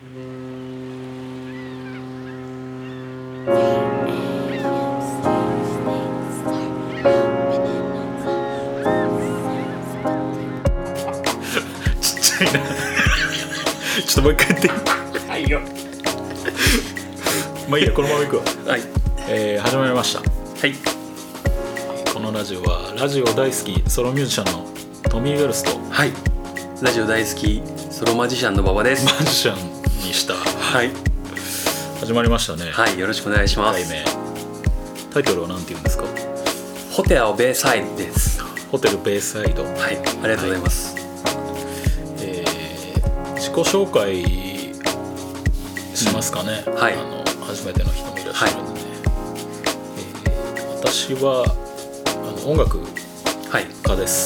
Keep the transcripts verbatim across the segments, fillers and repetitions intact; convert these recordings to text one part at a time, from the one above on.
ちっちゃいなちょっともう一回やってはいよ。 まあいいや、このままいくわ。 はい。 えー、始まりました。 はい。 このラジオはラジオ大好きソロミュージシャンのトミー・ウェルスとはい。ラジオ大好きソロマジシャンの馬場です。 マジシャンにしたはい。 始まりましたね。 はい。よろしくお願いしまいっかいす。 め。タイトルは何て言うんですか？ ホテルベイサイドです。 ホテルベイサイド。 はい。ありがとうございます。 えー、自己紹介しますかね。 はいあの初めての人もいらっしゃるので、えー、私はあの音楽はい。 家です。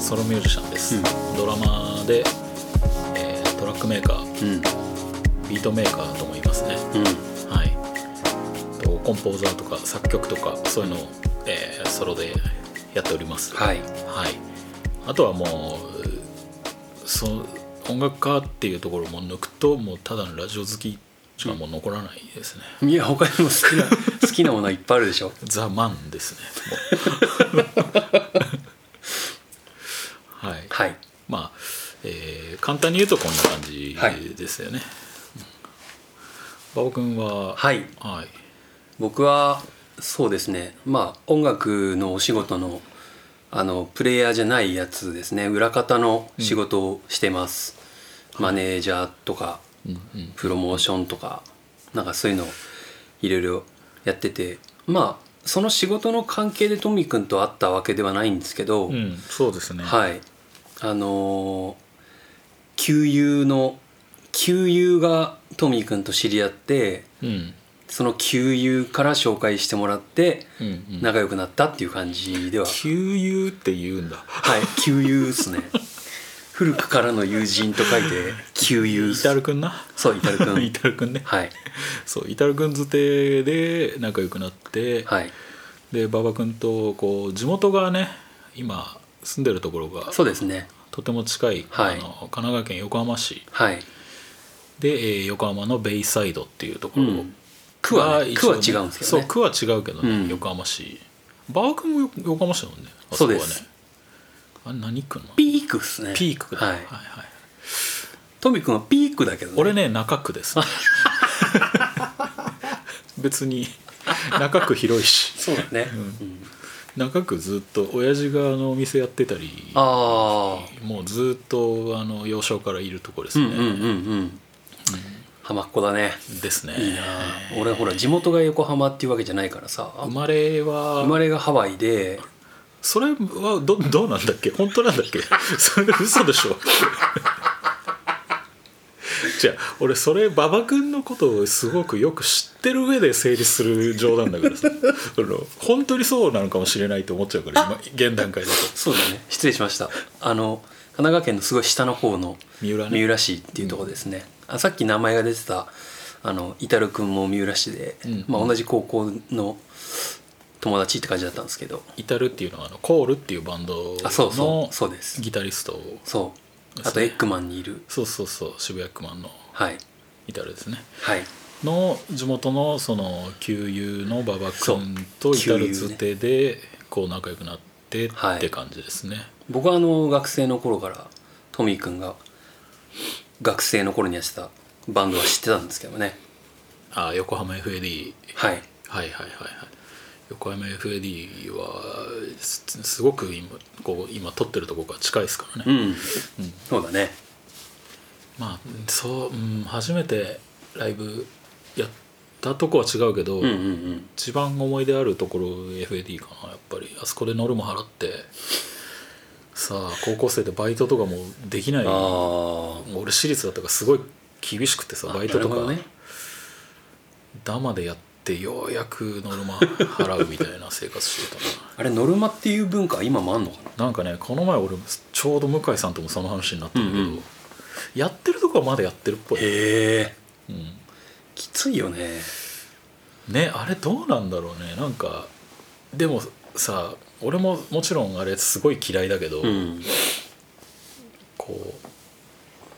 ソロミュージシャンです。 うんドラマで、えー、トラックメーカー、 うん。 ビートメーカーとも言いますね。 うん。 はい。とコンポーザーとか作曲とかそういうのを、えー、ソロでやっております。 はい。 はい。あとはもうそ音楽家っていうところも抜くともうただのラジオ好きしかもう残らないですね。 いや他にも好きな好きなものはいっぱいあるでしょ。 ザ・マンですね。もうはい。 はい。 まあ、えー、簡単に言うとこんな感じですよね。馬場君は、 はい。 はい、 僕はそうですね。まあ音楽のお仕事のあのプレイヤーじゃないやつですね。裏方の仕事をしてます。うん、マネージャーとか、 うんうん、 プロモーションとかなんかそういうのをいろいろやってて、まあその仕事の関係でトミーくんと会ったわけではないんですけど、 うん、そうですね。 はい。あのー、旧友の旧友がトミーくんと知り合って、 うん、 その旧友から紹介してもらってうんうん、 仲良くなったっていう感じでは、 旧友って言うんだ。 はい、旧友ですね。古くからの友人と書いて旧友。 イタルくんな。 そうイタルくん。 イタルくんね。 はい。 そうイタルくんづてで仲良くなって、 はい。 で馬場くんとこう地元がね今住んでるところがそうですね。 とても近い、 はい、 あの神奈川県横浜市、 はい、 で、えー、横浜のベイサイドっていうところ、うん、 区は、ね、区は違うんですけどね。 そう区は違うけどね、うん、横浜市。馬場くんも横浜市だもんね。あそこはね。 そうです。 あれ何区なの？ ピークっすね。 ピークだ、 はい、 はいはい。 トミ君はピークだけどね。 俺ね中区です、ね、別に中区広いし。 そうだね、 うんうん、中区ずっと親父があのお店やってたり、 あもうずっとあの幼少からいるところですね。 うんうんうんうん、うん、浜っ子だね。 ですね。 いいな。俺ほら地元が横浜っていうわけじゃないからさ。 生まれは生まれがハワイで。 それは ど, どうなんだっけ？本当なんだっけ？それ嘘でしょ。じゃあ俺それ馬場君のことをすごくよく知ってる上で成立する冗談だからさ本当にそうなのかもしれないと思っちゃうから今現段階だと。 そうだね、失礼しました。あの神奈川県のすごい下の方の三浦、ね、 三浦市っていうところですね、うん、あさっき名前が出てたあのイタル君も三浦市で、うんまあ、同じ高校の友達って感じだったんですけど、 イタルっていうのはあのコールっていうバンドのギタリスト、 そうあとエッグマンにいる、 そうそうそう渋谷エッグマンのイタルですね、 はい、 の地元のその旧友の馬場君とイタルづてでこう仲良くなってって感じですね、はい、 僕はあの学生の頃からトミー君が学生の頃にやってたバンドは知ってたんですけどね。 ああ横浜 エフエーディー、 はい、 はいはいはいはい横浜 エフエーディー は す, すごく 今, こう今撮ってるところが近いですからね、 うんうん、そうだね。 まあそう、うん、初めてライブやったとこは違うけど、 うんうんうん、 一番思い出あるところ エフエーディー かな。やっぱりあそこでノルマ払ってさあ高校生でバイトとかもできない。あ俺私立だったからすごい厳しくてさバイトとか、ね、ダマでやってようやくノルマ払うみたいな生活してたなあれノルマっていう文化今もあんのかな。 なんかねこの前俺ちょうど向井さんともその話になったんだけど、うんうん、やってるとこはまだやってるっぽい。 へえ、 うん、 きついよね。 ねあれどうなんだろうね。なんかでもさ俺ももちろんあれすごい嫌いだけど、うん、こう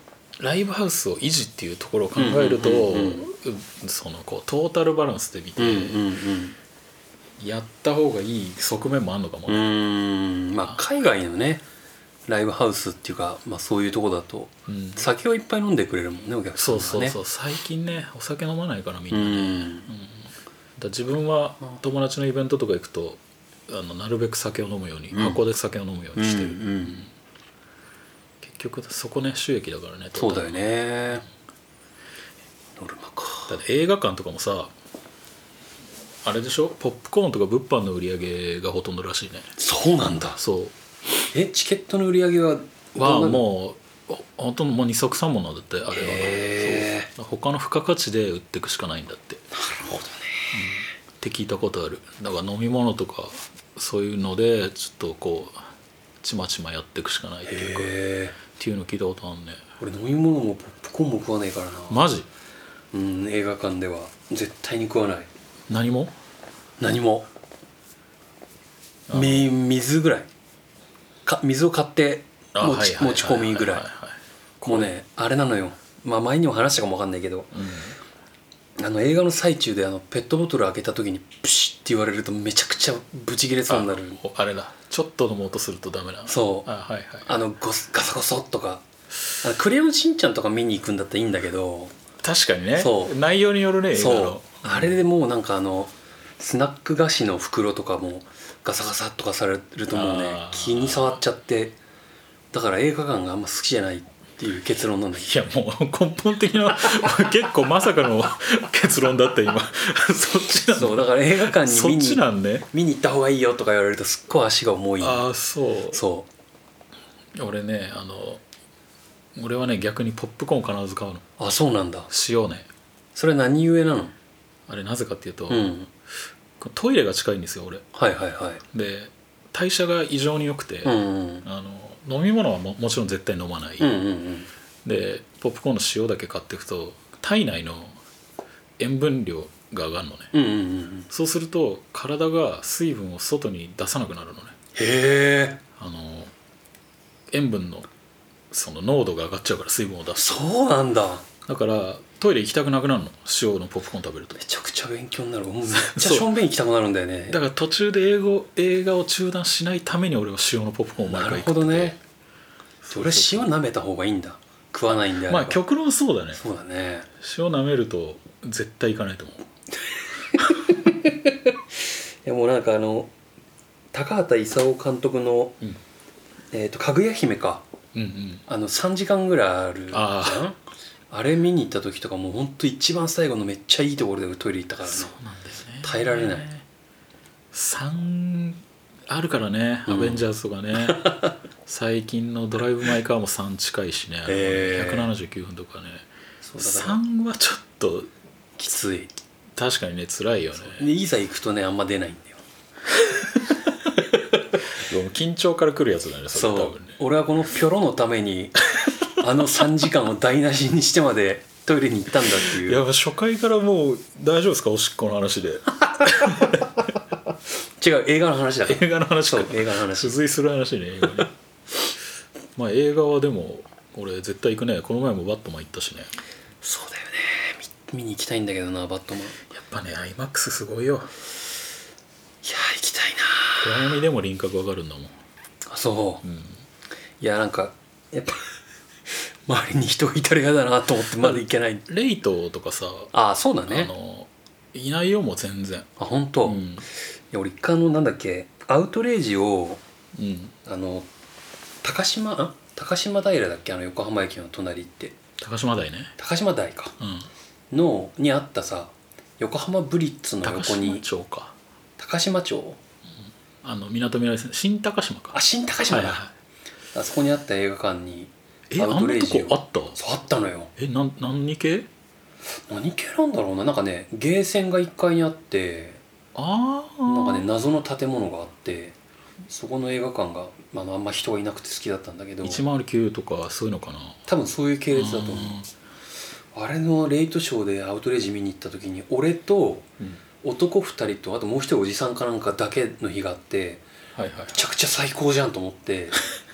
ライブハウスを維持っていうところを考えると、 うんうんうんうん、 そのこうトータルバランスで見て、 うんうんうん、 やった方がいい側面もあるのかもね。 うーん、まあ海外のねライブハウスっていうか、まあ、そういうとこだと、うん、酒をいっぱい飲んでくれるもんね、お客さんがね。 そうそうそう、最近ねお酒飲まないからみんなね、うんうん、だ自分は友達のイベントとか行くとあのなるべく酒を飲むように、うん、箱で酒を飲むようにしてる、うんうんうん、結局そこね収益だからね。 そうだよね、ノルマか。 だって映画館とかもさあれでしょ、ポップコーンとか物販の売り上げがほとんどらしいね。 そうなんだ。 そう。 えチケットの売り上げははもうほとんどもう二足三物だってあれは。へそう他の付加価値で売っていくしかないんだって。 なるほどね、うん、 って聞いたことある。だから飲み物とかそういうのでちょっとこうちまちまやっていくしかないっていうかっていうの聞いたことあるね。 俺飲み物もポップコーンも食わないからな。 マジ？ うん、映画館では絶対に食わない。 何も何もみ水ぐらいか、水を買って持ち込みぐらい。もうねあれなのよ、まあ前にも話したかも分かんないけど、うん、あの映画の最中であのペットボトル開けた時にプシッって言われるとめちゃくちゃブチ切れそうになる。 あ, あれだちょっと飲もうとするとダメな。 そう、あ、はいはい、あのゴスガサゴソとかあのクレヨンしんちゃんとか見に行くんだったらいいんだけど。 確かにね、そう内容によるね映画の。そうあれでもうなんかあのスナック菓子の袋とかもガサガサとかされるともうね気に触っちゃって、だから映画館があんま好きじゃないっていう結論なんだけど。いやもう根本的な結構まさかの結論だった今そっちなんだ。 そうだから映画館に見に、 そっちなんね、 見に行った方がいいよとか言われるとすっごい足が重い。 ああそうそう俺ねあの俺はね逆にポップコーン必ず買うの。 あそうなんだ。 塩ね。 それ何故なの？ あれなぜかっていうと、 うん、 トイレが近いんですよ俺。 はいはいはい。 で代謝が異常に良くて、 うんうん、 あの飲み物は も, もちろん絶対飲まない、 うんうんうん、 でポップコーンの塩だけ買っていくと体内の塩分量が上がるのね、 うんうんうん、 そうすると体が水分を外に出さなくなるのね。 へえ。 あの塩分のその濃度が上がっちゃうから水分を出す。 そうなんだ。 だからトイレ行きたくなくなるの塩のポップコーン食べると。 めちゃくちゃ勉強になる。もうめっちゃしょんべん行きたくなるんだよね。 だから途中で映画映画を中断しないために俺は塩のポップコーンを毎回食ってて。なるほどね。 俺塩舐めた方がいいんだ。食わないんであれば。 まあ極論そうだね。 そうだね。 塩舐めると絶対いかないと思う。 でもなんかあの高畑勲監督の、うん、えーとかぐや姫か、うんうん、あのさんじかんぐらいあるじゃん。ああれ見に行った時とかもうほんと一番最後のめっちゃいいところでトイレ行ったからね。 そうなんですね。 耐えられない。 さんあるからね、うん、アベンジャーズとかね最近のドライブ・マイ・カーもさん近いしね、ひゃくななじゅうきゅうふんとかね。そうだからさんはちょっときつい。 確かにね辛いよね。 でいざ行くとねあんま出ないんだよ緊張から来るやつだねそれ。 そう多分ね。 俺はこのピョロのためにあのさんじかんを台無しにしてまでトイレに行ったんだっていう。 いや初回からもう大丈夫ですかおしっこの話で違う映画の話だから。 映画の話か。 映画の話。 付随する話ね映画ねまあ映画はでも俺絶対行くね。この前もバットマン行ったしね。 そうだよね。 見, 見に行きたいんだけどなバットマン。やっぱね アイマックス すごいよ。いや行きたいな。 暗闇でも輪郭わかるんだもん。 あそう、うん、いやなんかやっぱ周りに人がいたら嫌だなと思ってまだ行けない、まあ、 レイトとかさあそうだね。 あのいないよもう全然。 あ本当、うん、いや俺一回のなんだっけアウトレイジを、うん、あの高島あ高島平だっけあの横浜駅の隣って高島台ね。 高島台か、うん、のにあったさ横浜ブリッツの横に高島町か高島町、うん、 あの港未来線新高島か。 あ新高島だ、はいはい、あそこにあった映画館にえアウトレイジを。あんなとこあった。 そうあったのよ。 えな何系何系なんだろうな。なんかねゲーセンがいっかいにあって、 あなんかね謎の建物があってそこの映画館が、まあ、あんま人がいなくて好きだったんだけどいちまるきゅうとかそういうのかな。 多分そういう系列だと思う。 あ, あれのレイトショーでアウトレイジ見に行った時に俺と男ふたりとあともう一人おじさんかなんかだけの日があって、はいはい、めちゃくちゃ最高じゃんと思って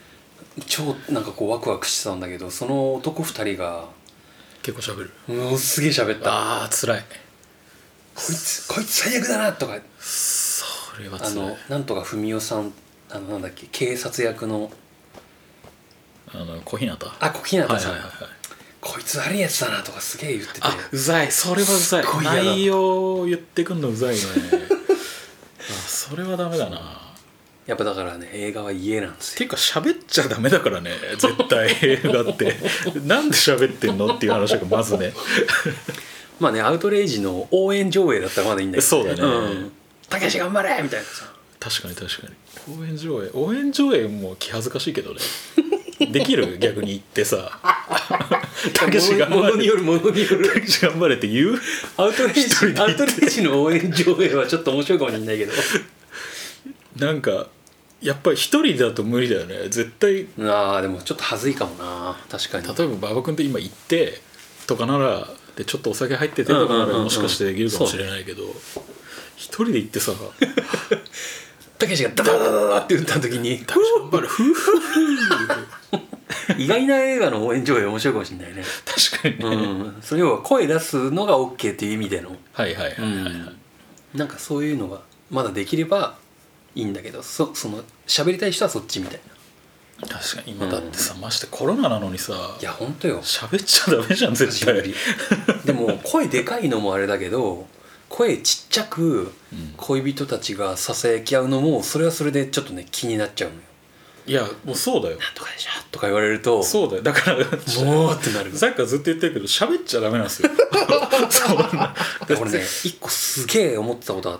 超なんかこうワクワクしてたんだけど、その男ふたりが結構喋る。 もうすげえ喋った。 ああ辛い。 こいつこいつ最悪だなとか。 それは辛い。 あのなんとか文雄さん、あのなんだっけ警察役のあの小日向。 あ小日向さん、 はいはいはいはい、 こいつ悪いやつだなとかすげえ言ってて、 あうざい、それはうざい。内容を言ってくんのうざいねあそれはダメだな。 やっぱだからね映画は家なんですよ。 ていうか喋っちゃダメだからね絶対映画ってなんで喋ってんのっていう話がまずねまあねアウトレイジの応援上映だったらまだいいんだけど、 そうだね、 うんたけし頑張れみたいなさ。 確かに確かに応援上映応援上映も気恥ずかしいけどねできる逆に言ってさたけし頑張れ、 ものによるものによるたけし頑張れって言う。 アウトレイジアウトレイジの応援上映はちょっと面白いかもしれないけどなんかやっぱり一人だと無理だよね絶対。 ああでもちょっと恥ずいかもな確かに。 例えば馬場君って今行ってとかならでちょっとお酒入っててとかならもしかしてできるかもしれないけど、一人で行ってさたけしがダダダダダって打った時にたけし頑張れフーフーフー意外な映画の応援上映面白いかもしれないね。 確かにね、 うん、それ要は声出すのが OK っていう意味での、 はいはいはいはい、はい、 うん、なんかそういうのがまだできればいいんだけど、そその喋りたい人はそっちみたいな。 確かに今だってさ、うん、ましてコロナなのにさ、 いや本当よ喋っちゃダメじゃん絶対でも声でかいのもあれだけど声ちっちゃく恋人たちがささやき合うのもそれはそれでちょっとね気になっちゃうのよ。 いやもうそうだよなんとかでしょとか言われるとそうだよだからもうってなる。 さっきからずっと言ってるけど喋っちゃダメなんですよそうな俺ね一個すげえ思ってたことあって、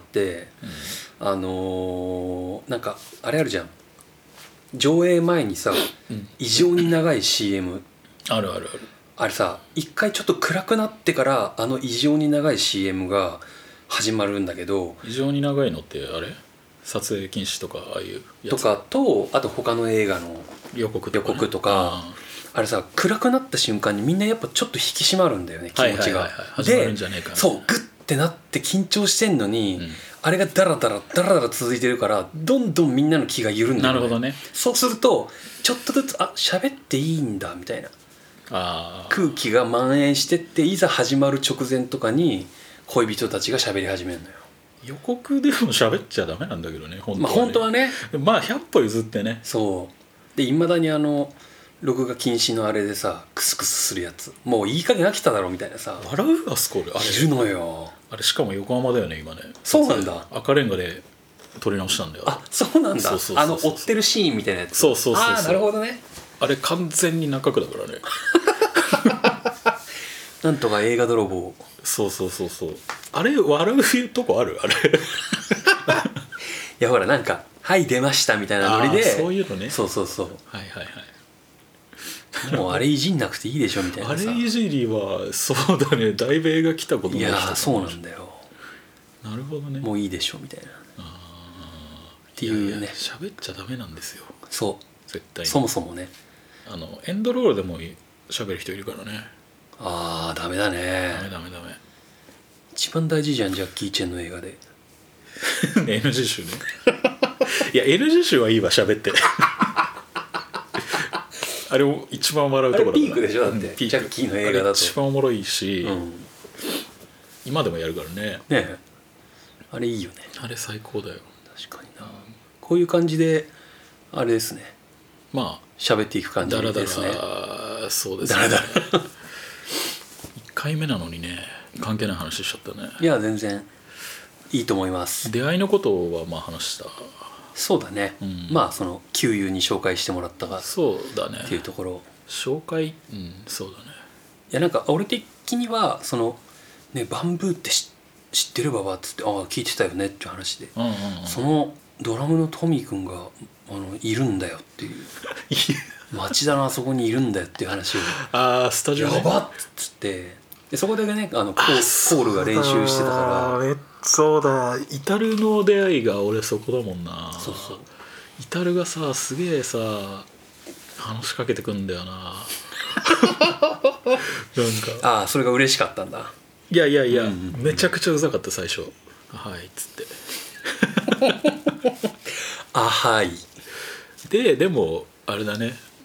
うん、あのー、なんかあれあるじゃん上映前にさ、うん、異常に長い シーエムあるあるある。 あれさ一回ちょっと暗くなってからあの異常に長い シーエム が始まるんだけど、 異常に長いのってあれ撮影禁止とかああいうやつとかとあと他の映画の予告とか、ね、 予告とか、うん、あれさ暗くなった瞬間にみんなやっぱちょっと引き締まるんだよね気持ちが。でそうグッてなって緊張してんのに、うん、あれがダラダラダラダラ続いてるからどんどんみんなの気が緩んでる、ね、 なるほどね。 そうするとちょっとずつあ喋っていいんだみたいなあ空気が蔓延してっていざ始まる直前とかに恋人たちが喋り始めるのよ。 予告でも喋っちゃダメなんだけどね本当はね。 まあ本当はねまあひゃっぽ譲ってね。 そうでいまだにあの録画禁止のあれでさクスクスするやつもういい加減飽きただろみたいなさ笑うあそこであれいるのよ。 あれしかも横浜だよね今ね。 そうなんだ。 赤レンガで撮り直したんだよ。 あそうなんだ。そうそうそうそうあの追ってるシーンみたいなやつ。そうそうそうそう。ああなるほどね。 あれ完全に中区だからねなんとか映画泥棒。 そうそうそうそうあれ笑うとこあるあれいやほらなんか「はい出ました」みたいなノリでそういうのね。 そうそうそうはいはいはいもうあれいじんなくていいでしょみたいなさ。 あれいじりはそうだねだいぶ映画来たことない人。 いやそうなんだよ。 なるほどね。 もういいでしょみたいなあっていうね。 喋っちゃダメなんですよ。 そう絶対にそもそもね。 あのエンドロールでも喋る人いるからね。 ああダメだね。 ダメダメダメ。 一番大事じゃんジャッキー・チェンの映画でエヌジー 集ねいや エヌジー 集はいいわ喋ってあれも一番笑うところだから。 あれピークでしょだって、うん、ジャッキーの映画だと一番おもろいし、 うん、 今でもやるからね。ねえあれいいよね。 あれ最高だよ。 確かにな。こういう感じであれですね。 まあ喋っていく感じですね。 だらだらそうですね。だらだらいっかいめなのにね関係ない話しちゃったね。 いや全然いいと思います。 出会いのことはまあ話した。 そうだね、うん、まあその旧友に紹介してもらったがそうだねっていうところ紹介うんそうだね。 いやなんか俺的にはそのねバンブーって知ってるババっつってああ聞いてたよねっていう話で、 うんうんうん、 そのドラムのトミーくんがあのいるんだよっていう町田のあそこにいるんだよっていう話をあスタジオねやばっつってでそこでねあのコールが練習してたからそうだイタルの出会いが俺そこだもんな。 そうそうイタルがさすげえさ話しかけてくんだよななんかああそれが嬉しかったんだ。 いやいやいや、うんうんうん、めちゃくちゃうざかった最初はいっつってあはいででもあれだね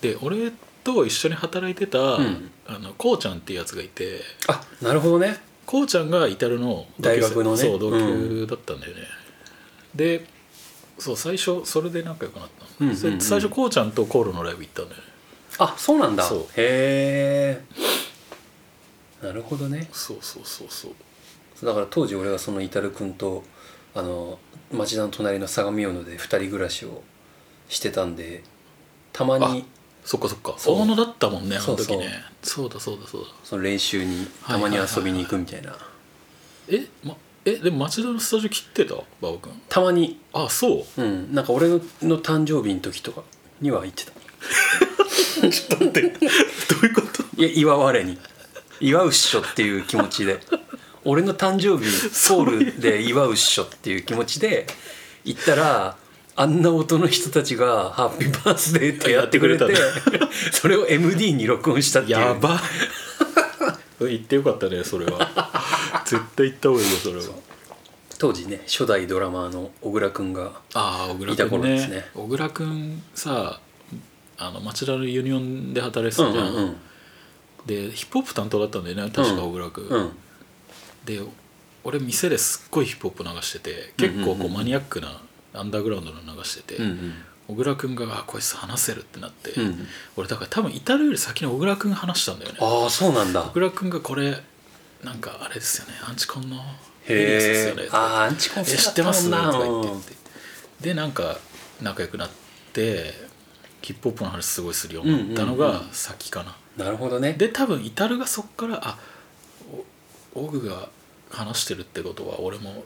で俺と一緒に働いてた、 うん、 あのこうちゃんっていうやつがいて、 あ、なるほどね。 こうちゃんがイタルの大学のね、 そう同級だったんだよね、うん、でそう最初それで仲良くなったの、うんうんうん、最初こうちゃんとコールのライブ行ったんだよね。 あ、そうなんだ。 そうへえ、なるほどね。 そうそうそうそうだから当時俺はそのイタル君とあの町田の隣の相模大野でふたり暮らしをしてたんで、たまにそっかそっか大野だったもんねあの時ね。 そうそうだそうだそうだ、 その練習にたまに遊びに行くみたいな。 え、ま、えでも町田のスタジオ切ってた馬場君？ たまに。 あ、そう。 うん、なんか俺のの誕生日の時とかには行ってた。 ちょっと待ってどういうこと？ いや、祝われに祝うっしょっていう気持ちで俺の誕生日ソウルで祝うっしょっていう気持ちで行ったら、あんな音の人たちがハッピーバースデーってやってくれてそれを エムディー に録音したっていう。 やば言ってよかったねそれは絶対言った方がいいよそれは。 当時ね、初代ドラマーの小倉くんがいた頃ですね。 小倉くんさ、あの町田のユニオンで働いてたじゃん、うんうんうん、でヒップホップ担当だったんだよね確か小倉くん、うん、で俺店ですっごいヒップホップ流してて結構こうマニアックなアンダーグラウンドの流してて、うんうん、小倉くんがあこいつ話せるってなって、うんうん、俺だから多分至るより先に小倉くんが話したんだよね。 ああ、そうなんだ。 小倉くんがこれなんかあれですよね、アンチコンのフェリックスですよね。ああ、アンチコン知ってますとか言ってってでなんか仲良くなってヒップホップの話すごいするようになったのが先かな、うんうんうん、なるほどね。 で多分イタルがそっからあオグが話してるってことは俺も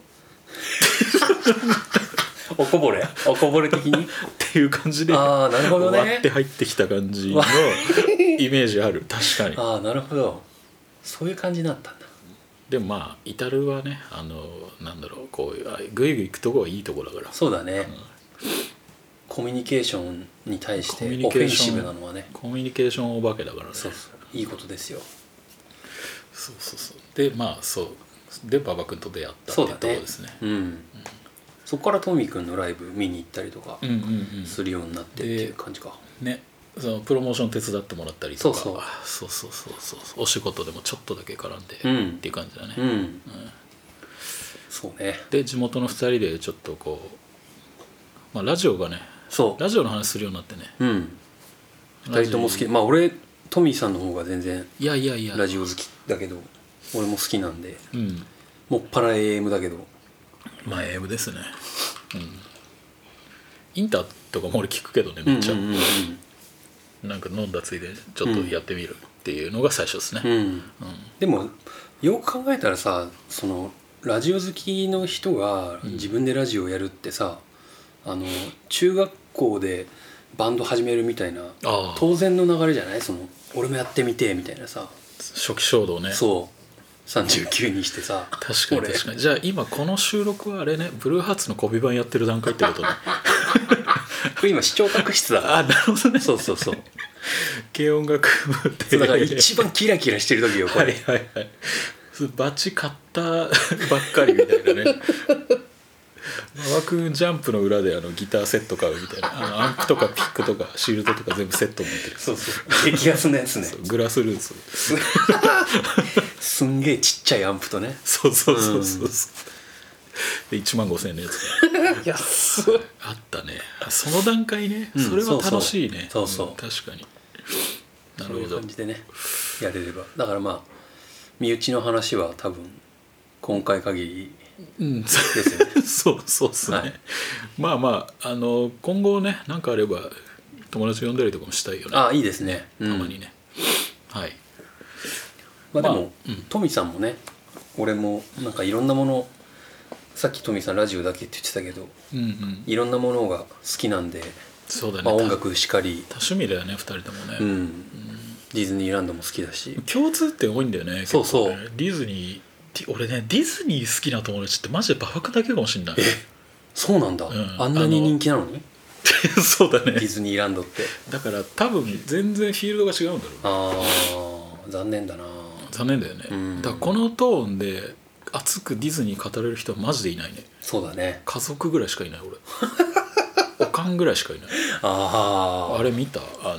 おこぼれおこぼれ的にっていう感じであ、なるほどね、 割って入ってきた感じのイメージある確かに。 ああ、なるほど、そういう感じになったんだ。 でもまあイタルはね、あのなんだろう、こういうグイグイ行くとこはいいとこだから。 そうだね、うん、コミュニケーションに対してオフェンシブなのはね、 コミュニケーションお化けだからね。 そうそう、いいことですよ。 そうそうそう。でまあそうで馬場君と出会ったっていうところですね。 うん、うん、そこからトミー君のライブ見に行ったりとかするようになってっていう感じか、 うんうんうん、ね、そのプロモーション手伝ってもらったりとか、 そうそうそうそうそうそう、お仕事でもちょっとだけ絡んで、 うん、 っていう感じだね、 うんうん、 そうね。で地元のふたりでちょっとこう、まあ、ラジオがね、 そうラジオの話するようになってね、 うん、ふたりとも好き。まあ俺トミーさんの方が全然いやいやいやラジオ好きだけど俺も好きなんで、 うん、 もっぱら エーエム だけど、 まあ エーエム ですね、うん、インターとかも俺聞くけどねめっちゃ、うんうんうんうん、なんか飲んだついでちょっとやってみるっていうのが最初ですね、 うんうん、でもよく考えたらさ、そのラジオ好きの人が自分でラジオやるってさ、うん、あの中学校でバンド始めるみたいな当然の流れじゃない？その俺もやってみてみたいなさ、 初期衝動ね。 そうさんじゅうきゅうにしてさ確かに確かに。じゃあ今この収録はあれね、ブルーハーツのコピー版やってる段階ってことねこれ今視聴覚室だから。 あ、なるほどね。 そうそうそう軽音楽部ってだから一番キラキラしてる時よこれ。 はいはいはい、バチ買ったばっかりみたいなね馬場君ジャンプの裏であのギターセット買うみたいな、あのアンプとかピックとかシールドとか全部セット持ってる。 そうそう激安のやつね。 グラスルーツすんげえちっちゃいアンプとね。 そうそうそうそう、うん、でいちまんごせんえんのやつ安いあったね。その段階ね、それは楽しいね、 うん、そうそう、 うん、確かに。 なるほど、そういう感じでねやれれば。だからまあ身内の話は多分今回限りですよね、 うん、そうそうですね、はい、まあまあ、あの今後ね何かあれば友達呼んだりとかもしたいよね。 ああ、いいですね、 たまにね、うん、はい。 まあでも、まあうん、トミさんもね、俺もなんかいろんなもの、さっきトミさんラジオだけって言ってたけど、うんうん、いろんなものが好きなんで、 そうだね、 まあ、音楽しかり多趣味だよねふたりともね、 うんうん、ディズニーランドも好きだし、 共通点多いんだよね。 そうそう、 ね、ディズニー、俺ねディズニー好きな友達ってマジで馬場君だけかもしんない。 え、そうなんだ、うん、あんなに人気なのにそうだね、 ディズニーランドって。 だから多分全然フィールドが違うんだろう、ね、 あー残念だな。 残念だよね、うん、だからこのトーンで熱くディズニー語れる人はマジでいないね。 そうだね、 家族ぐらいしかいない俺おかんぐらいしかいない。 ああれ見た？あの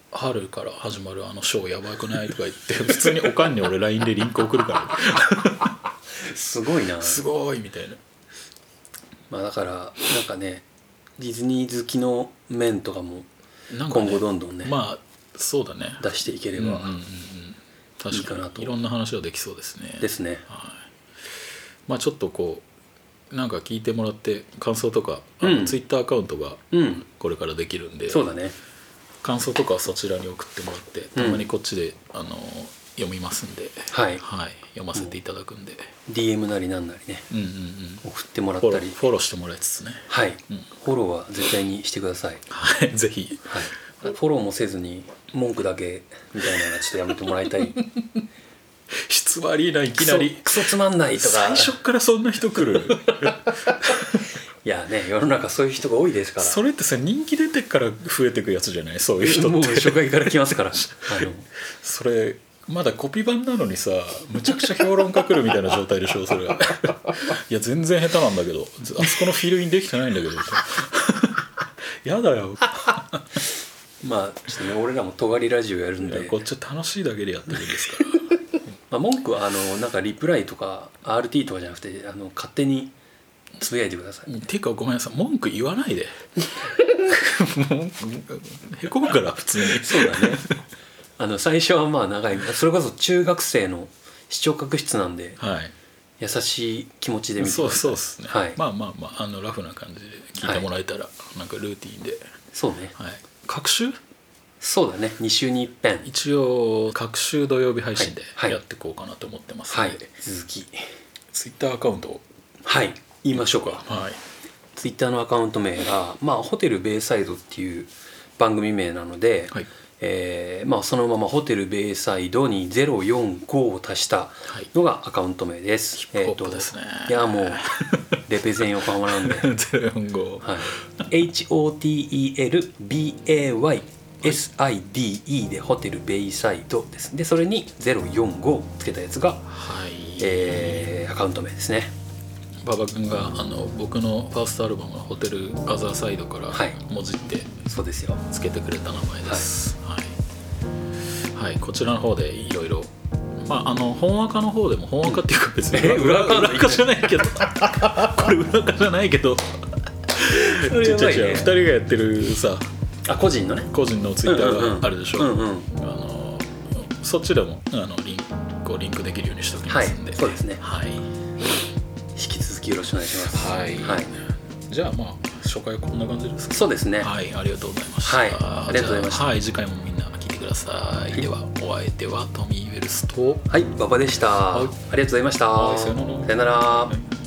春から始まるあのショーやばくないとか言って普通におかんに俺 ライン でリンク送るからすごいな。 すごいみたいな。 まあだからなんかねディズニー好きの面とかもなんかね今後どんどんねまあそうだね出していければうんうんうんうん確かにいいかなといろんな話はできそうですね。 ですね。 はい、まあちょっとこうなんか聞いてもらって感想とか、 うんあのツイッターアカウントがうんこれからできるんで、 そうだね。 感想とかはそちらに送ってもらってたまにこっちで、あの読みますんで、 はいはい、読ませていただくんで、 ディーエム なりなんなりねうんうんうん送ってもらっフォロたりーフォローしてもらいつつね、 はい、 うんフォローは絶対にしてください。 はいぜひはい、フォローもせずに文句だけみたいなのはちょっとやめてもらいたい。 質悪いないきなりクソクソつまんないとか最初からそんな人来るいやね世の中そういう人が多いですから。 それってさ人気出てから増えてくやつじゃないそういう人ってもう初回から来ますからあのそれまだコピー版なのにさむちゃくちゃ評論家来るみたいな状態でしょそれいや全然下手なんだけどあそこのフィルインできてないんだけどやだよまあちょっとね俺らも尖りラジオやるんで、 いやこっちは楽しいだけでやってるんですからまあ、文句はあのなんかリプライとか アールティー とかじゃなくてあの勝手につぶやいてください。 ていうかごめんなさい文句言わないで文句へこむから普通にそうだねあの最初はまあ長いそれこそ中学生の視聴覚室なんではい優しい気持ちで見てくそうださい。 そうですね、 はい、 まあまあまああのラフな感じで聞いてもらえたら、なんかルーティンで、 そうねはい、各週そうだねに週に一遍一応各週土曜日配信ではいやっていこうかなと思ってますはいので、 続きツイッターアカウントをはい言いましょうか。 はいツイッターのアカウント名が、まあ、ホテルベイサイドっていう番組名なので、 はいえーまあ、そのままホテルベイサイドにゼロよんごを足したのがアカウント名です。 ヒップホップですねえーといやもうレペゼン横浜なんで、 ゼロよんごはい、エイチオーティーイーエルビーエーワイエスアイディーイー でホテルベイサイドです。でそれにゼロよんごをつけたやつが、 はいえーアカウント名ですね。 馬場君があの僕のファーストアルバムのホテルアザーサイドからはいもじってそうですよ。 つけてくれた名前ですはい、はい、こちらの方でいろいろまああの本赤の方でも本赤っていうか別にえ裏裏裏赤じゃないけどこれ裏赤じゃないけどそれやばいねふたりがやってるさあ個人のね個人のツイッターがあるでしょ、 うんうんあのそっちでもあのリンクをリンクできるようにしておきますんで、 はいそうですねはい引き続きよろしくお願いします。 はい、 はい、 じゃあまあ初回はこんな感じですか。 そうですね。 はい、ありがとうございました。 はいありがとうございましたじゃあはい、次回もみんな聞いてください。 はいではお相手はトミー・ウェルスと、 はい、馬場でした、 はいありがとうございました。 はいさよならさよなら。 はい